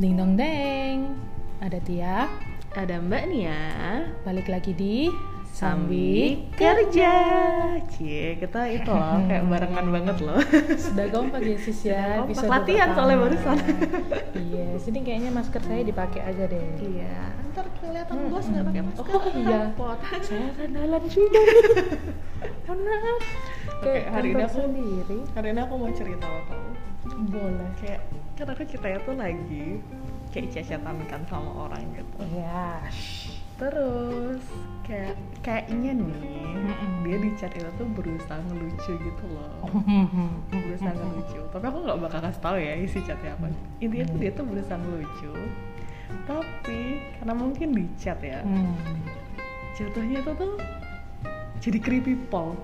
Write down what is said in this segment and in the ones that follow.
Ding dong deng. Ada Tia, ada Mbak Nia, balik lagi di Sambil Kerja. Cie, kita itu loh kayak barengan banget loh. Sudah kompak ya sis ya. Kompak, latihan soalnya barusan. Iya, sini kayaknya masker saya dipakai aja deh. Iya, ntar kelihatan bos nggak pakai masker. Oh iya, saya sandalan juga. Oh maaf. Oke, hari ini aku mau cerita sama kamu. Boleh. Kayak kan aku ceritanya tuh lagi kayak cacatan kan sama orang gitu. Ya. Terus kayaknya nih dia di chat itu tuh berusaha ngelucu gitu loh. Berusaha ngelucu. Tapi aku nggak bakal kasih tahu ya isi chatnya apa. Intinya tuh dia tuh berusaha ngelucu. Tapi karena mungkin di chat ya, jatuhnya itu tuh jadi creepy pol.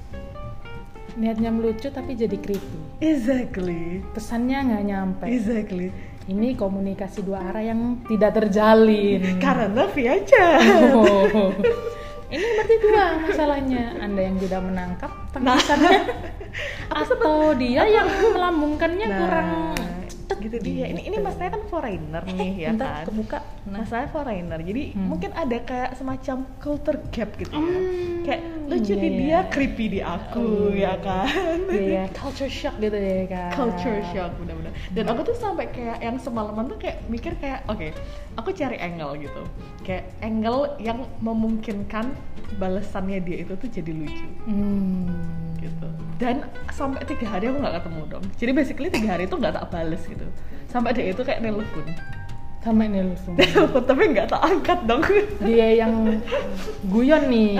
Niatnya melucu tapi jadi creepy. Exactly. Pesannya nggak nyampe. Exactly. Ini komunikasi dua arah yang tidak terjalin. Karena via chat. Oh. Ini berarti dua masalahnya. Anda yang tidak menangkap tangkasannya, atau dia yang melambungkannya kurang gitu dia. Ini masalahnya kan foreigner nih ya Entah, kan. kebuka. Masalahnya foreigner. Jadi mungkin ada kayak semacam culture gap gitu ya. Kayak lucu di dia, creepy di aku ya kan. Iya, culture shock gitu ya kan. Culture shock benar-benar. Dan aku tuh sampai kayak yang semalaman tuh kayak mikir kayak oke, aku cari angle gitu. Kayak angle yang memungkinkan balasannya dia itu tuh jadi lucu. Gitu. Dan sampai 3 hari aku nggak ketemu dong. Jadi basically 3 hari itu nggak tak bales gitu. Sampai dia itu kayak nelpon. Sama nelpon. Tapi nggak tak angkat dong. Dia yang guyon nih.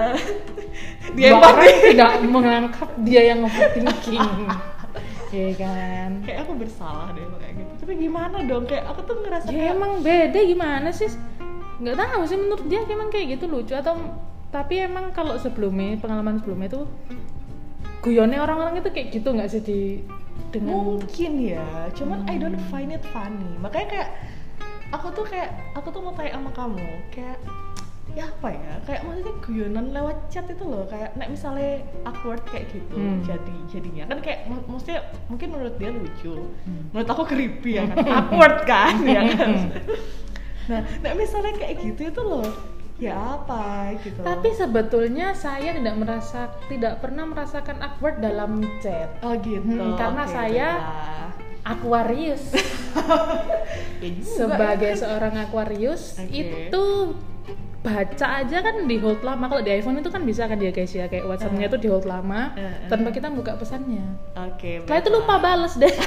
Dia yang orang tidak mengangkat, dia yang overthinking. Iya kan. Kayak aku bersalah deh kayak gitu. Tapi gimana dong? Kayak aku tuh ngerasa ya kayak emang beda gimana sih? Nggak tahu sih, menurut dia emang kayak gitu lucu atau tapi emang kalau sebelumnya, pengalaman sebelumnya tuh guyonnya orang-orang itu kayak gitu nggak sih dengan mungkin ya, cuman I don't find it funny. Makanya kayak aku tuh mau tanya sama kamu kayak ya apa ya, kayak maksudnya guyonan lewat chat itu loh, kayak nek misalnya awkward kayak gitu jadinya kan kayak maksudnya mungkin menurut dia lucu, menurut aku creepy ya kan, awkward kan ya kan. Nah nek misalnya kayak gitu itu loh ya apa gitu. Tapi sebetulnya saya tidak pernah merasakan awkward dalam chat. Oh gitu. Karena saya Aquarius. Ya sebagai seorang Aquarius itu baca aja kan di hold lama. Kalau di iPhone itu kan bisa kan dia guys ya, kayak WhatsApp-nya itu di hold lama tanpa kita buka pesannya. Setelah itu lupa bales deh.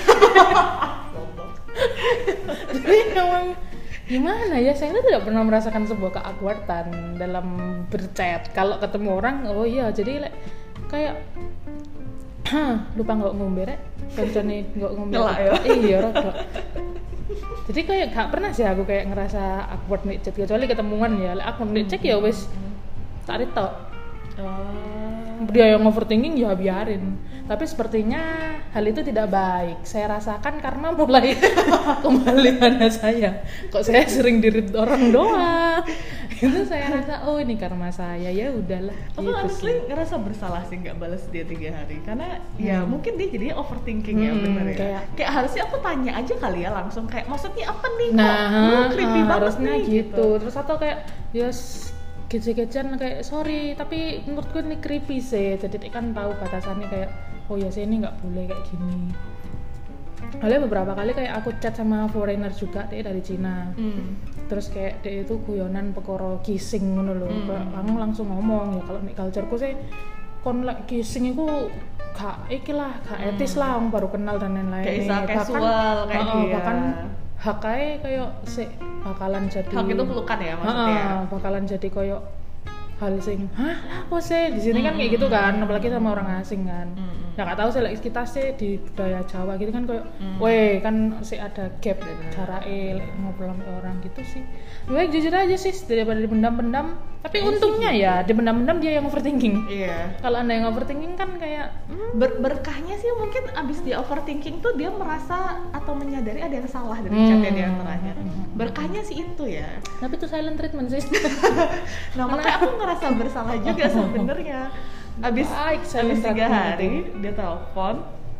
Jadi memang gimana ya, saya tidak pernah merasakan sebuah keawkwardan dalam berchat. Kalau ketemu orang, oh iya, jadi kayak lupa nggak ngombe rek, kancane nggak ngombe. Iya rada. Jadi kayak gak pernah sih aku kayak ngerasa awkward nih chat, kecuali ketemuan ya. Aku nih chat ya wes tak tok. Dia yang overthinking ya biarin. Tapi sepertinya hal itu tidak baik. Saya rasakan karena mulai kembaliannya saya. Kok saya sering dirit orang doang. Itu saya rasa oh ini karma saya, ya udahlah. Aku gitu honestly ngerasa bersalah sih nggak balas dia 3 hari karena ya mungkin dia jadi overthinking ya bener ya. Kayak harusnya aku tanya aja kali ya langsung kayak maksudnya apa nih kok creepy banget harusnya nih gitu. Terus atau kayak kece-kecean kayak sorry tapi menurutku ini creepy sih, jadi kan tahu batasannya kayak oh ya saya ini nggak boleh kayak gini. Soalnya beberapa kali kayak aku chat sama foreigner juga, dia dari Cina. Terus kayak dia itu guyonan pekoro kissing ngono lho. Aku langsung ngomong ya kalau nek cultureku sih kon lek kissing iku gak etis lah, orang baru kenal dan lain-lain. Kayak isa casual kayak dia. Bahkan hakai kayak bakalan jadi hak itu pelukan ya maksudnya. Bakalan jadi kayak hal sing apa sih di sini kan kayak gitu kan, apalagi sama orang asing kan. Ya nggak tahu sih kita sih di budaya Jawa gitu kan kayak weh kan sih ada gap cara ngobrol sama orang gitu sih. Baik jujur aja sih daripada dipendam-pendam. Tapi untungnya ya dipendam-pendam dia yang overthinking. Iya. Kalau Anda yang overthinking kan kayak berkahnya sih mungkin abis dia overthinking tuh dia merasa atau menyadari ada yang salah dari chatnya dia yang terakhir. Berkahnya sih itu ya. Tapi itu silent treatment sih. Nah makanya aku ngerasa bersalah juga sebenarnya. Abis 3 hari dia telepon,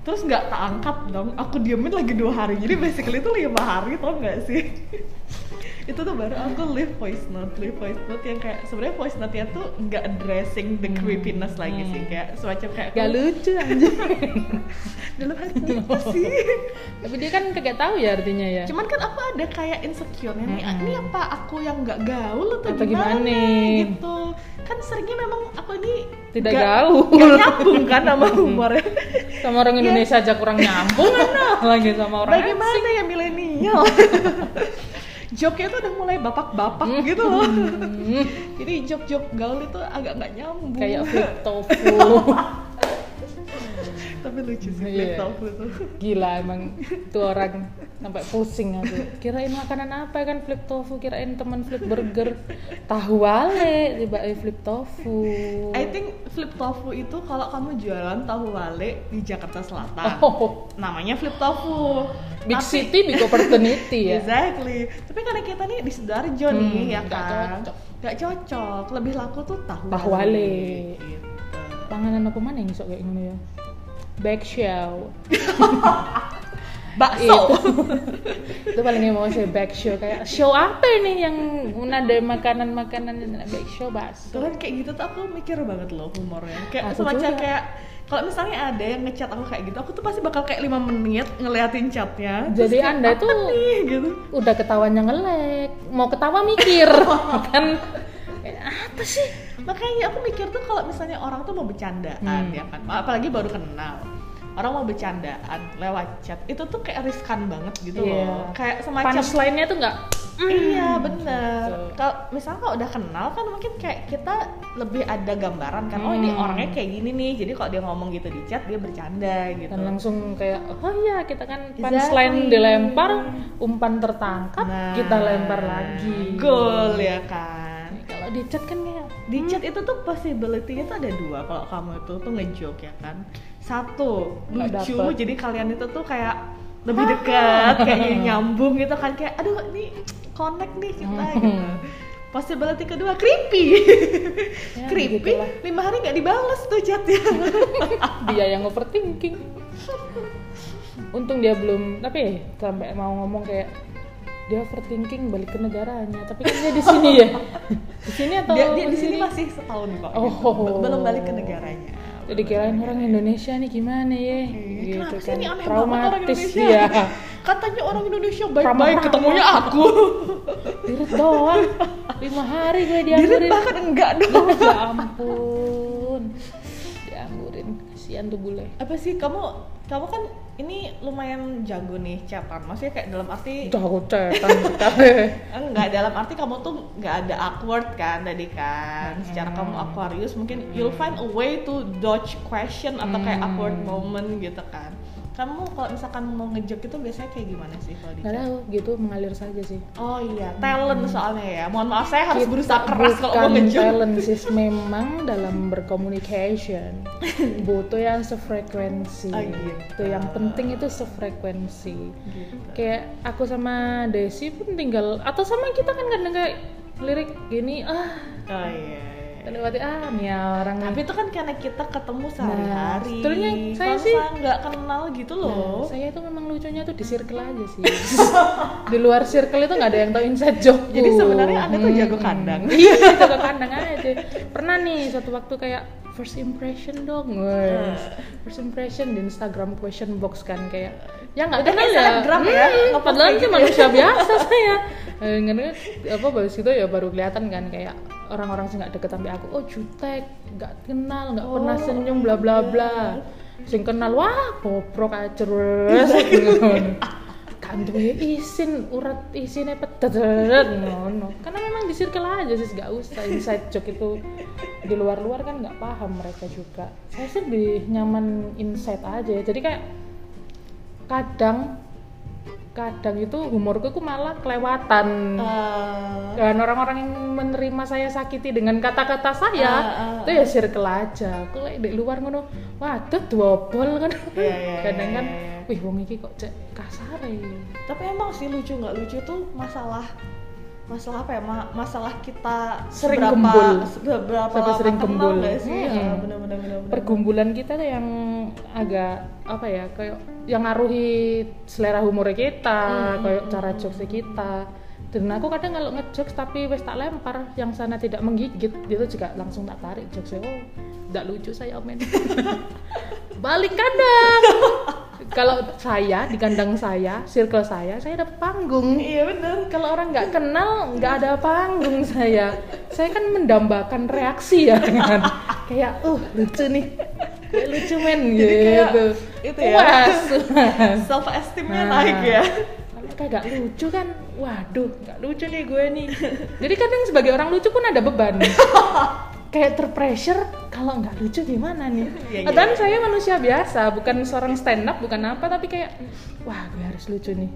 terus nggak tak angkat dong, aku diemin lagi 2 hari, jadi basically itu 5 hari, tau nggak sih? Itu tuh baru aku leave voice note yang kayak sebenarnya voice note-nya tuh nggak addressing the creepiness lagi sih, kayak semacam kayak Gak lucu anjir. dalam hati apa sih? Tapi dia kan kagak tahu ya artinya ya. Cuman kan aku ada kayak insecure-nya nih, ini apa aku yang nggak gaul atau Atau gimana gimana? gitu. Kan seringnya memang aku ini Tidak nggak- gaul. nggak nyambung kan sama humornya. Sama orang Indonesia aja kurang nyambung kan lagi sama orang Bagaimana ya milenial? Joke-nya tuh udah mulai bapak-bapak gitu loh. Jadi joke-joke gaul itu agak nggak nyambung. kayak flip tofu. Tapi lucu sih Iya. flip tofu tuh. Gila emang tuh orang sampai pusing aku. Kirain makanan apa kan flip tofu, kirain teman flip burger. Tahu wale tiba flip tofu. I think flip tofu itu kalau kamu jualan tahu wale di Jakarta Selatan, Oh, namanya flip tofu. big Tapi- city big opportunity ya. Exactly. Tapi karena kita nih di Sidoarjo nih ya nggak kan, cocok. nggak cocok. Lebih laku tuh tahu wale. Gitu. Panganan apa mana yang iso kayak ngono ya? Backshow. Bakso. Itu paling emosi sih backshow, kayak show apa nih yang ada makanan-makanan backshow bakso. Tuh kan kayak gitu tuh aku mikir banget loh humornya. Kayak Aku semacam juga. kayak kalau misalnya ada yang ngechat aku kayak gitu, aku tuh pasti bakal kayak 5 menit ngeliatin chatnya. Terus Jadi kayak, Anda apa tuh nih gitu. udah ketawanya ngelek, mau ketawa mikir kan kayak, apa sih? Makanya aku mikir tuh kalau misalnya orang tuh mau bercandaan ya kan, apalagi baru kenal. Orang mau bercandaan lewat chat, itu tuh kayak riskan banget gitu loh. Kayak semacam punchline-nya tuh nggak iya bener. Gitu. Kalau misalnya kalau udah kenal kan mungkin kayak kita lebih ada gambaran kan, oh ini orangnya kayak gini nih, jadi kalau dia ngomong gitu di chat dia bercanda gitu. dan langsung kayak oh iya kita kan Exactly. punchline dilempar, umpan tertangkap, Nah, kita lempar lagi. Goal ya kan. Kalau di chat kan kayak Di chat itu tuh possibility-nya tuh ada 2 kalau kamu itu tuh nge-joke ya kan. 1, Nggak lucu, dapet. jadi kalian itu tuh kayak lebih dekat, kayak nyambung gitu kan, kayak aduh ini connect nih kita gitu. Possibility kedua, creepy. Ya, Creepy, begitulah. 5 hari nggak dibales tuh chatnya. dia yang overthinking. Untung dia belum, tapi sampai mau ngomong kayak dia overthinking balik ke negaranya, tapi kan dia di sini ya. Di sini atau Dia di sini masih setahun kok. Oh. Gitu. Belum balik ke negaranya. Jadi kirain orang Indonesia nih gimana ya? Gitu Kenapa sih kan. ini aneh banget orang Traumatis Indonesia? dia. Katanya orang Indonesia baik-baik, Ramah-ramah. ketemunya aku. Dirit doang. 5 hari gue Dirit dianggurin. bahkan enggak dong. Ya ampun. Dianggurin. Kasihan tuh bule. Apa sih kamu kan ini lumayan jago nih chatan, maksudnya kayak dalam arti Jago cetan kita. enggak, dalam arti kamu tuh nggak ada awkward kan tadi kan, secara kamu Aquarius mungkin you'll find a way to dodge question atau kayak awkward moment gitu kan. Kamu kalau misalkan mau ngejoke itu biasanya kayak gimana sih kalau di Gak chat? tahu, gitu mengalir saja sih. Oh iya, talent soalnya ya. Mohon maaf saya harus Kita berusaha keras kalau mau bukan ngejoke. talent sis, memang dalam bercommunication butuh yang sefrekuensi. Oh, gitu. Itu yang penting itu sefrekuensi. Gitu. Kayak aku sama Desi pun tinggal, atau sama kita kan kadang kayak lirik gini, Oh iya. lewati nih orang. Tapi itu kan karena kita ketemu sehari-hari. sebetulnya saya Kalau sih- misalnya nggak kenal gitu loh. Nah, saya itu memang lucunya tuh di circle aja sih. Di luar circle itu nggak ada yang tahu inside joke. Jadi sebenarnya Anda tuh jago kandang. Iya, jago kandang aja. Pernah nih satu waktu kayak first impression dong, guys. First impression di Instagram question box kan kayak ya nggak Udah kenal kayak ya. selebgram ya, ngepost Padahal kayak sih gitu. manusia biasa saya. Karena apa bahas itu ya baru kelihatan kan kayak orang-orang sih nggak deket sampai aku. Oh jutek, nggak kenal, nggak pernah senyum, bla bla bla. Sing kenal wah bobrok aja terus. Kan duwe isin urat isine pedet ngono. Karena memang di circle aja sih gak usah inside joke itu di luar-luar kan nggak paham mereka juga. Saya sih lebih nyaman inside aja. Jadi kayak kadang itu humorku ku malah kelewatan. Dan orang-orang yang menerima saya sakiti dengan kata-kata saya itu ya circle aja. Aku lek di luar ngono, waduh double kan. Iya, Kadang kan, iya. wih wong iki kok cek kasar ya. Tapi emang sih lucu nggak lucu tuh masalah masalah apa ya? Masalah kita Sering seberapa gembul. seberapa Sampai lama sering kenal gembul. nggak sih? Ya, Hmm. benar. Pergumulan kita tuh yang agak apa ya, kayak yang ngaruhi selera humor kita, kayak cara jokes kita. Dan aku kadang kalau ngejokes tapi wes tak lempar, yang sana tidak menggigit, itu juga langsung tak tarik jokesnya. Oh, tidak lucu saya men. Balik kandang. Kalau saya di kandang saya, circle saya dapat panggung. Iya benar. Kalau orang nggak kenal, nggak ada panggung saya. Saya kan mendambakan reaksi ya kan. Kayak, lucu nih. Kayak lucu men Jadi kayak gitu. itu ya. Puas. Self esteemnya naik ya. Kalau kayak nggak lucu kan, waduh, nggak lucu nih gue nih. Jadi kadang sebagai orang lucu pun ada beban. Kayak terpressure, kalau nggak lucu gimana nih? Iya. Dan saya manusia biasa, bukan seorang stand up, bukan apa, tapi kayak, wah gue harus lucu nih.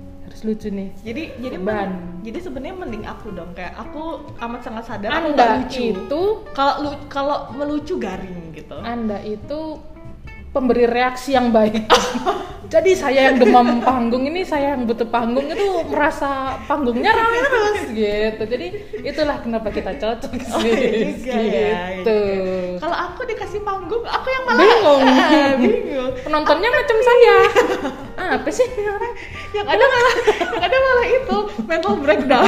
Jadi Beban. jadi sebenarnya mending aku dong, kayak aku amat sangat sadar aku Anda nggak lucu. itu, Kalau melucu garing gitu. Anda itu pemberi reaksi yang baik. Jadi saya yang demam panggung ini, saya yang butuh panggung itu merasa panggungnya rame terus gitu. Jadi itulah kenapa kita cocok sih. Juga ya, Gitu. Kalau aku dikasih panggung, aku yang malah Bingung. bingung. Penontonnya macam saya. Apa sih ini orang? Yang ada malah itu mental breakdown.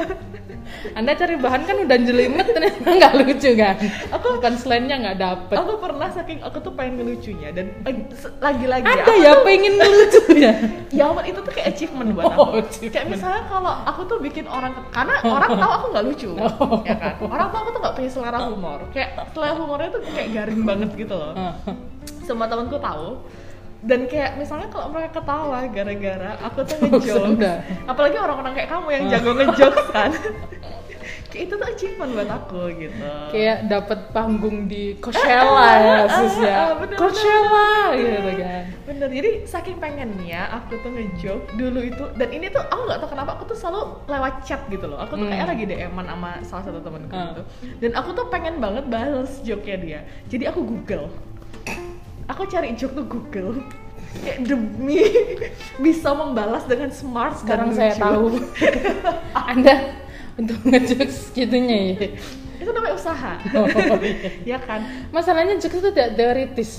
Anda cari bahan kan udah jelimet, ternyata nggak lucu kan? Aku punchline-nya nggak dapet. Aku pernah saking aku tuh pengen ngelucunya dan lagi-lagi Ada ya pengen ngelucunya. ya ampun, itu tuh kayak achievement buat aku. Kayak misalnya kalau aku tuh bikin orang, karena orang tahu aku nggak lucu, ya kan? Orang tahu aku tuh nggak punya selera humor. Kayak selera humornya tuh kayak garing banget gitu loh. Semua temanku tahu. Dan kayak misalnya kalau mereka ketawa gara-gara aku tuh ngejokes, apalagi orang-orang kayak kamu yang jago ngejokes kan. Kayak itu tuh achievement buat aku gitu. Kayak dapat panggung di Coachella ya sis ya. Coachella gitu kan. Bener, jadi saking pengennya aku tuh ngejoke dulu itu. Dan ini tuh aku gak tau kenapa aku tuh selalu lewat chat gitu loh. Aku tuh kayak lagi DM-an sama salah satu temanku gitu. Dan aku tuh pengen banget balas joke-nya dia. Jadi aku Google. Aku cari joke tuh Google. Kayak demi bisa membalas dengan smart. Sekarang dan saya lucu. tahu. Anda untuk ngejokes gitunya ya. Itu namanya usaha. Ya kan? Masalahnya jokes itu tidak teoritis.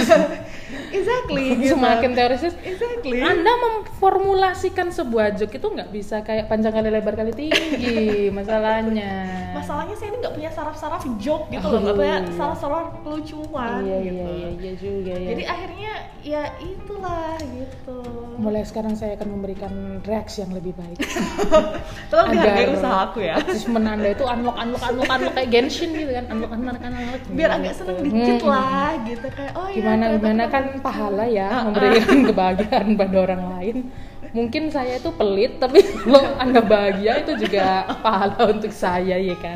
Exactly gitu. Semakin teoritis, Exactly. Anda memformulasikan sebuah joke itu nggak bisa kayak panjang kali lebar kali tinggi. Masalahnya Masalahnya saya ini nggak punya saraf-saraf joke gitu loh, nggak punya saraf-saraf kelucuan gitu. Iya juga ya. Jadi akhirnya ya itulah gitu. Mulai sekarang saya akan memberikan reaksi yang lebih baik. Tolong dihargai Agar usaha aku ya. achievement Anda itu unlock kayak Genshin gitu kan, unlock. Biar agak seneng dikit lah gitu, kayak oh Gimana kan pahala ya, memberikan kebahagiaan pada orang lain. Mungkin saya itu pelit, tapi kalau Anda bahagia itu juga pahala untuk saya ya kan.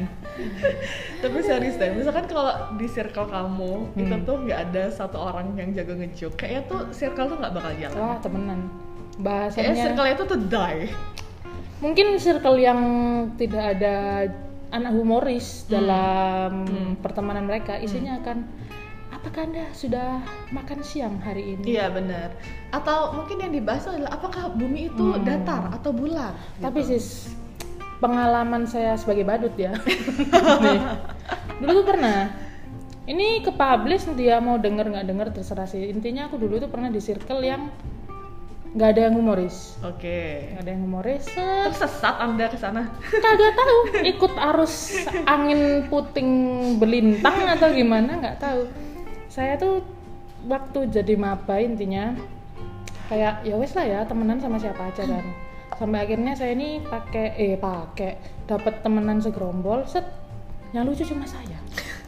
Tapi serius deh, misalkan kalau di circle kamu itu tuh nggak ada satu orang yang jago ngejoke, kayaknya tuh circle tuh nggak bakal jalan. Wah temenan. Kayaknya Bahasanya circle itu tuh die. mungkin circle yang tidak ada anak humoris dalam pertemanan mereka, isinya akan, apakah Anda sudah makan siang hari ini? Iya benar. Atau mungkin yang dibahas adalah apakah bumi itu datar atau bulat? Tapi sis, pengalaman saya sebagai badut ya. Nih, dulu tuh pernah. Ini ke-publish, dia mau denger nggak denger terserah sih. Intinya aku dulu tuh pernah di circle yang nggak ada yang humoris. Oke. Nggak ada yang humoris. Tersesat Anda ke sana. Kagak tahu, ikut arus angin puting belintang atau gimana nggak tahu. Saya tuh waktu jadi maba intinya kayak ya wes lah ya, temenan sama siapa aja kan. Sampai akhirnya saya ini pakai dapat temenan segerombol, yang lucu cuma saya.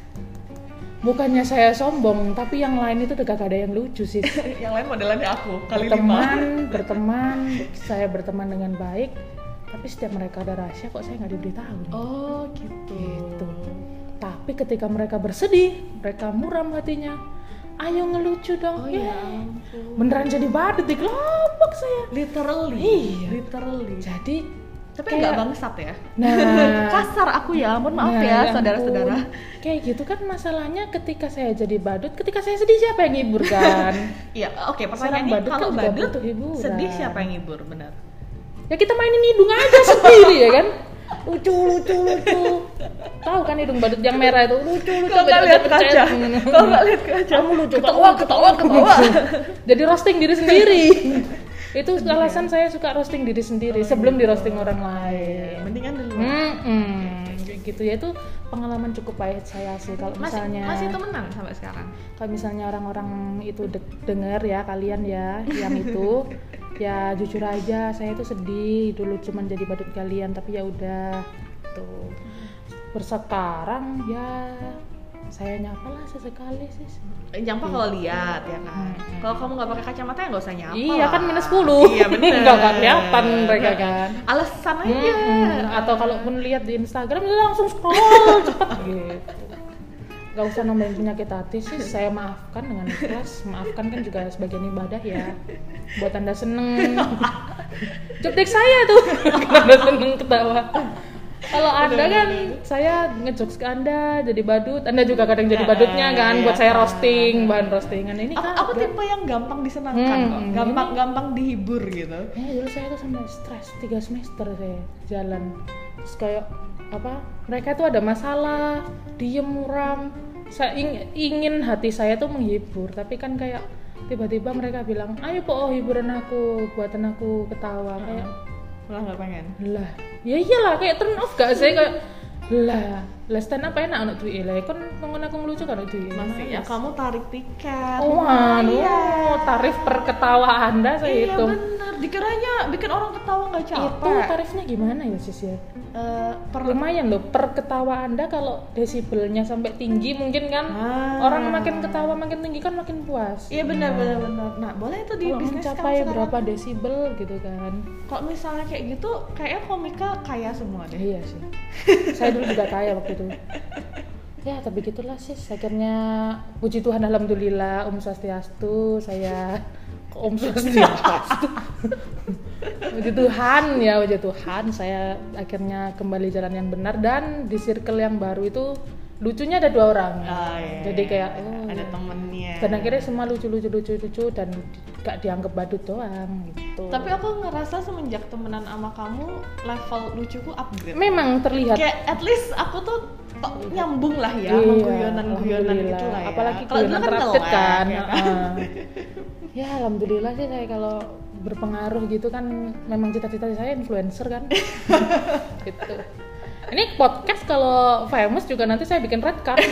Bukannya saya sombong, tapi yang lain itu udah gak ada yang lucu sih. Yang lain modelannya aku kali berteman, saya berteman dengan baik, tapi setiap mereka ada rahasia kok saya nggak diberitahu. Oh gitu. Tapi ketika mereka bersedih, mereka muram hatinya. Ayo ngelucu dong. Oh ya ampun. Beneran jadi badut di kelompok saya. Literally. Iya. Literally. Jadi Tapi kayak- nggak bangsat ya. Nah, Kasar aku ya, mohon maaf ya ampun. saudara-saudara. Kayak gitu kan masalahnya ketika saya jadi badut, ketika saya sedih siapa yang ngibur kan? Iya, oke. Seorang Pertanyaannya badut kalau kan juga badut butuh hiburan. sedih siapa yang ngibur, benar? Ya kita mainin hidung aja sendiri ya kan? lucu. Tahu kan hidung badut yang merah itu lucu. Kalau nggak lihat kaca, Kamu lucu. ketawa. Jadi roasting diri sendiri. Itu alasan saya suka roasting diri sendiri sebelum di roasting orang lain. Mendingan dulu. Kayak gitu ya, itu pengalaman cukup pahit saya sih. Kalau misalnya masih temenan sampai sekarang. Kalau misalnya orang-orang itu dengar ya, kalian ya yang itu ya jujur aja, saya itu sedih dulu cuman jadi badut kalian, tapi ya udah tuh. Bersekarang ya saya nyapa lah sesekali sih. Nyapa kalau lihat ya kan. Kalau kamu nggak pakai kacamata ya nggak usah nyapa. Iya lah. Kan -10. Iya benar. Nggak kelihatan mereka kan. Alasan aja. Atau kalaupun lihat di Instagram langsung scroll cepet gitu. Gak usah nambahin penyakit hati sih, saya maafkan dengan ikhlas. Maafkan kan juga sebagian ibadah ya. Buat Anda seneng. Job desk saya tuh. Anda seneng ketawa. Kalau Anda kan, saya ngejokes ke Anda jadi badut, Anda juga kadang jadi badutnya kan, buat saya roasting, bahan roastingan ini kan. Aku tipe yang gampang disenangkan kok, gampang dihibur gitu. Dulu saya tuh sampai stres 3 semester saya jalan, terus kayak apa? Mereka tuh ada masalah, diem muram. Saya ingin hati saya tuh menghibur, tapi kan kayak tiba-tiba mereka bilang, ayo po hiburan aku, buatan aku ketawa kayak. Malah nggak pengen. Lah, ya iyalah kayak turn off gak sih kayak lah stand up enak anak duit lah kan pengen aku ngelucu kan duit masih ya kamu tarik tiket. Tarif per ketawa Anda saya hitung. Iya benar, dikiranya bikin orang ketawa nggak capek. Itu tarifnya gimana ya sis ya? Lumayan loh per ketawa Anda, kalau desibelnya sampai tinggi mungkin kan orang makin ketawa makin tinggi kan makin puas. Iya benar. Nah boleh itu di bisnis mencapai berapa desibel gitu kan. Kalau misalnya kayak gitu kayaknya komika kaya semua deh. Iya sih. Saya dulu juga kaya waktu itu. Ya tapi gitulah sih. Akhirnya puji Tuhan alhamdulillah Om Swastiastu saya Om Swastiastu. Puji Tuhan saya akhirnya kembali jalan yang benar, dan di circle yang baru itu lucunya ada 2 orang. Jadi kayak ada temennya. Dan akhirnya semua lucu dan gak dianggap badut doang gitu. Tapi aku ngerasa semenjak temenan sama kamu level lucuku upgrade. Memang terlihat. Kayak at least aku tuh nyambung lah ya sama guyonan gitu lah ya. Apalagi kalau dulu kan terapit kan. Ya, kan? Ya alhamdulillah sih saya kalau berpengaruh gitu kan, memang cita-cita saya influencer kan. Gitu. Ini podcast kalau famous juga nanti saya bikin red card.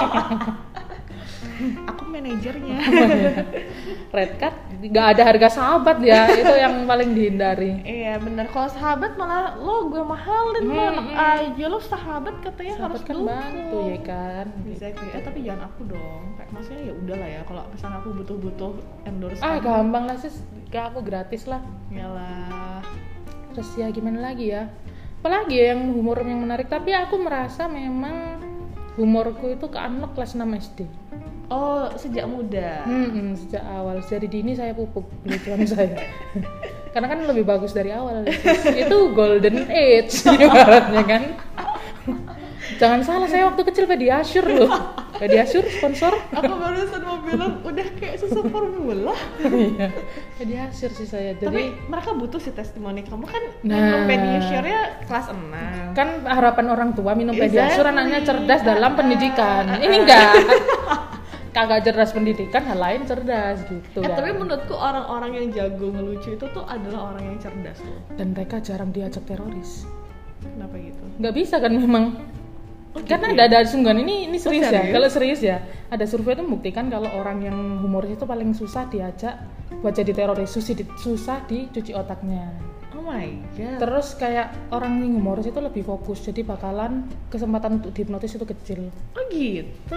Aku manajernya. Red card nggak ada harga sahabat ya, itu yang paling dihindari. Iya benar, kalau sahabat malah lo gue mahalin lo aja, lo sahabat katanya sahabat harus kan dukung. Bantu ya kan. Exactly. Tapi jangan aku dong. Kayak maksudnya ya udahlah ya, kalau misalnya aku butuh endorse. Gampang lah sis, aku gratis lah. Yalah. Terus ya gimana lagi ya? Apalagi ya yang humor yang menarik, tapi aku merasa memang humorku itu ke anak kelas 6 SD. Oh, sejak muda. Sejak awal, dari dini saya pupuk lucuan saya. Karena kan lebih bagus dari awal. Itu golden age ibaratnya kan. Jangan salah, saya waktu kecil Pediasure loh. Pediasure sponsor. Aku barusan mau bilang udah kayak susu formula. Iya. Pediasure sih saya. Jadi tapi mereka butuh sih testimoni kamu kan. Minum Pediasure-nya kelas 6. Kan harapan orang tua minum Pediasure anaknya cerdas dalam pendidikan. Ini enggak. Kagak cerdas pendidikan, hal lain cerdas gitu. Tapi menurutku orang-orang yang jago ngelucu itu tuh adalah orang yang cerdas loh. Dan mereka jarang diajak teroris. Kenapa gitu? Nggak bisa kan memang. Karena ada sungguhan ini serius ya. Kalau serius ya, ada survei itu membuktikan kalau orang yang humoris itu paling susah diajak buat jadi teroris, susah dicuci otaknya. Oh my god. Terus kayak orang yang humoris itu lebih fokus, jadi bakalan kesempatan untuk dihipnotis itu kecil. Oh gitu.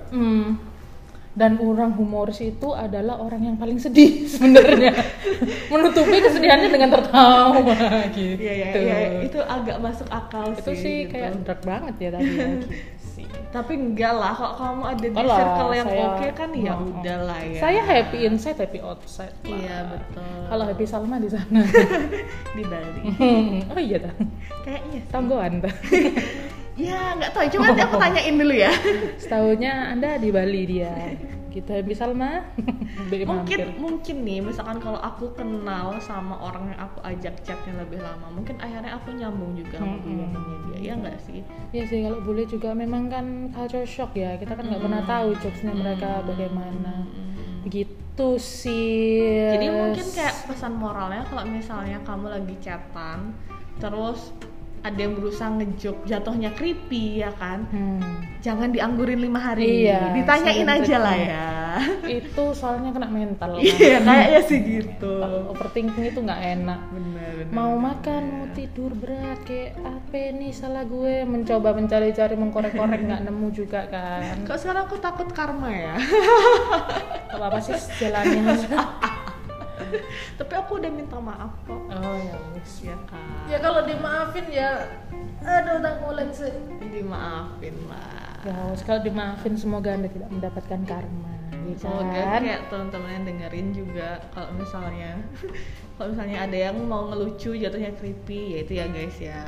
Dan orang humoris itu adalah orang yang paling sedih sebenarnya. Menutupi kesedihannya dengan tertawa gitu. Iya, itu agak masuk akal sih. Itu sih gitu. Kayak dark banget ya tadi. Tapi enggak lah, kalau kamu ada di circle yang oke kan ya udahlah ya. Saya happy inside, happy outside. Iya betul. Kalau happy Salma di sana. Di Bali. Oh iya dah. Kayaknya Tanggoan dah. Ya nggak tahu, cuma aku tanyain dulu ya. Setahunya Anda di Bali dia. gitu ya misal mah. mungkin nih misalkan kalau aku kenal sama orang yang aku ajak chatnya lebih lama, mungkin akhirnya aku nyambung juga sama guyonannya dia, ya nggak sih? Iya sih, kalau boleh juga memang kan culture shock ya, kita kan nggak pernah tahu jokesnya mereka bagaimana. Begitu sih. Jadi mungkin kayak pesan moralnya kalau misalnya kamu lagi chatan terus ada yang berusaha ngejok jatuhnya creepy ya kan, jangan dianggurin 5 hari, ditanyain aja lah ya. Itu soalnya kena mental. Iya kayaknya sih gitu. Overthinking itu nggak enak. Bener. Mau makan, mau tidur berat, kayak apa nih salah gue, mencoba mencari-cari, mengkorek-korek nggak nemu juga kan. Kok sekarang aku takut karma ya? Apa sih jalannya? Tapi aku udah minta maaf kok. Oh ya wis Ya kan. ya, kalau dimaafin ya aduh tak mulai sih. Dimaafin lah. Ya wis, kalau dimaafin semoga Anda tidak mendapatkan karma ya Semoga kan? kayak teman-teman yang dengerin juga kalau misalnya ada yang mau ngelucu jatuhnya creepy, ya itu ya guys ya,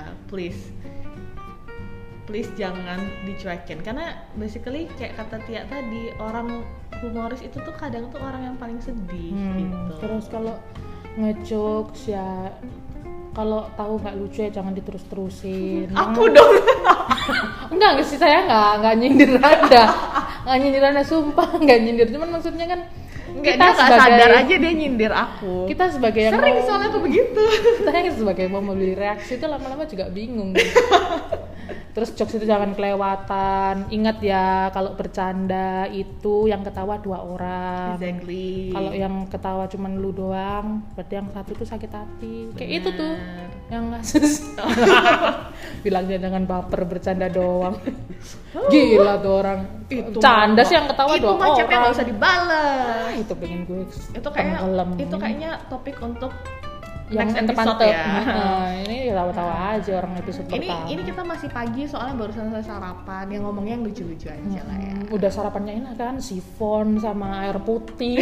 please jangan dicuekin, karena basically kayak kata Tia tadi, orang humoris itu tuh kadang tuh orang yang paling sedih gitu. Terus kalau ngejokes ya, kalau tahu nggak lucu ya jangan diterus-terusin. Aku dong. Enggak sih, saya nggak nyindir Anda, sumpah nggak nyindir, cuman maksudnya kan Enggak, dia nggak sadar aja dia nyindir aku. Kita sebagai yang sering soalnya aku begitu. Kita yang sebagai mau membeli reaksi itu lama-lama juga bingung. Terus jokes itu jangan kelewatan. Ingat ya, kalau bercanda itu yang ketawa 2 orang. Exactly. Kalau yang ketawa cuma lu doang, berarti yang satu tuh sakit hati. Kayak itu tuh yang kasus. Bilangnya jangan baper, bercanda doang. Gila tuh orang. Canda sih yang ketawa 2 orang. Itu macetnya nggak usah dibalas. Itu pengen gue. Itu kayaknya topik untuk yang next episode mantep ya. Ini tawa-tawa aja orang episode pertama. Ini kita masih pagi soalnya baru selesai sarapan, yang ngomongnya yang lucu-lucu aja lah ya. Udah sarapannya enak kan, sifon sama air putih.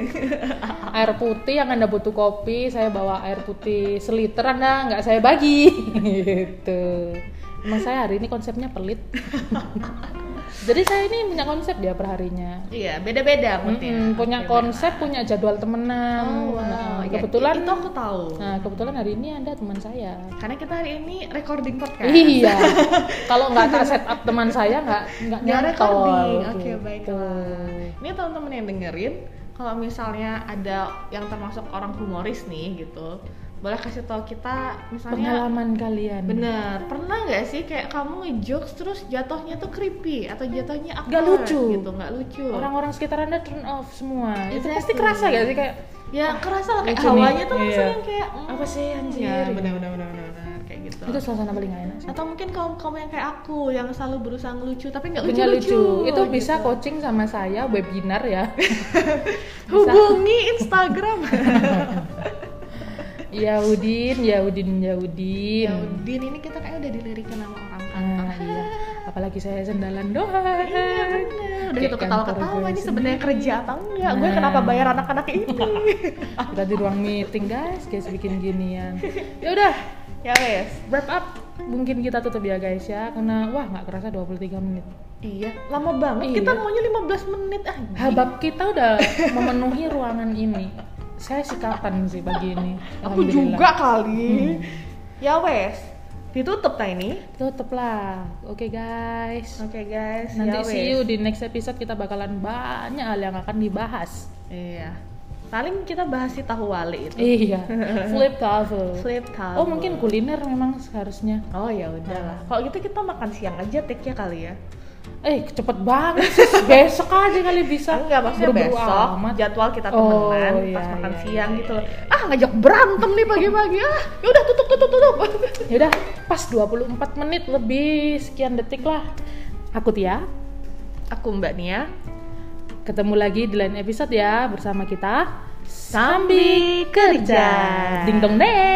Air putih yang Anda butuh kopi, saya bawa air putih seliter, Anda nggak saya bagi. Gitu. Emang saya hari ini konsepnya pelit. Jadi saya ini punya konsep dia perharinya. Iya, beda-beda punya konsep, punya jadwal temenan. Oh, wow. Nah, kebetulan itu aku tahu. Nah, kebetulan hari ini Anda teman saya. Karena kita hari ini recording podcast. Iya. Kalau nggak tak set up teman saya nggak recording. Oke, gitu. baiklah. Ini teman-teman yang dengerin, kalau misalnya ada yang termasuk orang humoris nih gitu, boleh kasih tahu kita misalnya pengalaman kalian. Bener, pernah nggak sih kayak kamu ngejokes terus jatuhnya tuh creepy atau jatuhnya awkward nggak lucu gitu, nggak lucu. Orang-orang sekitar Anda turn off semua. Itu Exactly. pasti kerasa gak sih kayak ya kerasa lah kayak lucu hawanya nih. tuh langsung yang kayak apa sih anjir. Ya, bener kayak gitu. Itu suasana paling gak enak sih. Atau mungkin kamu yang kayak aku yang selalu berusaha ngelucu tapi nggak Nggak lucu. Itu gitu. bisa coaching sama saya, webinar ya. Hubungi Instagram. Yaudin ini kita kayak udah dilirikin sama orang kantor. Iya. Apalagi saya sendalan doang. Iya bener. Udah Kayak itu ketawa-ketawa kantor ini gue sebenarnya kerja atau enggak? Gue kenapa bayar anak-anak ini? Kita di ruang meeting guys bikin ginian. Ya udah, Ya wes. wrap up. Mungkin kita tutup ya guys ya, karena wah nggak kerasa 23 menit. Iya, lama banget. Iya. Kita maunya 15 menit aja. Habab kita udah memenuhi ruangan ini. Saya sih kapan sih pagi ini? Aku Alhamdulillah. juga kali. Ya wes. Ditutup ta ini? Tutup lah. Oke guys. Oke guys. Nanti ya see wes. you di next episode, kita bakalan banyak hal yang akan dibahas. Iya. Paling kita bahas si tahu wali itu. Iya. Flip tahu. Flip tahu. Oh mungkin kuliner memang seharusnya. Oh ya udahlah. Kalau gitu kita makan siang aja take-nya kali ya. Cepet banget sih. Besok aja kali bisa. Enggak, maksudnya Buru-buru besok amat. jadwal kita temenan pas iya, makan iya, siang iya, gitu iya, loh. Ngajak berantem nih pagi-pagi. Ya udah tutup. Ya udah, pas 24 menit lebih sekian detik lah. Aku Tia. Aku Mbak Nia. Ketemu lagi di lain episode ya bersama kita Sambil kerja. Ding dong deng.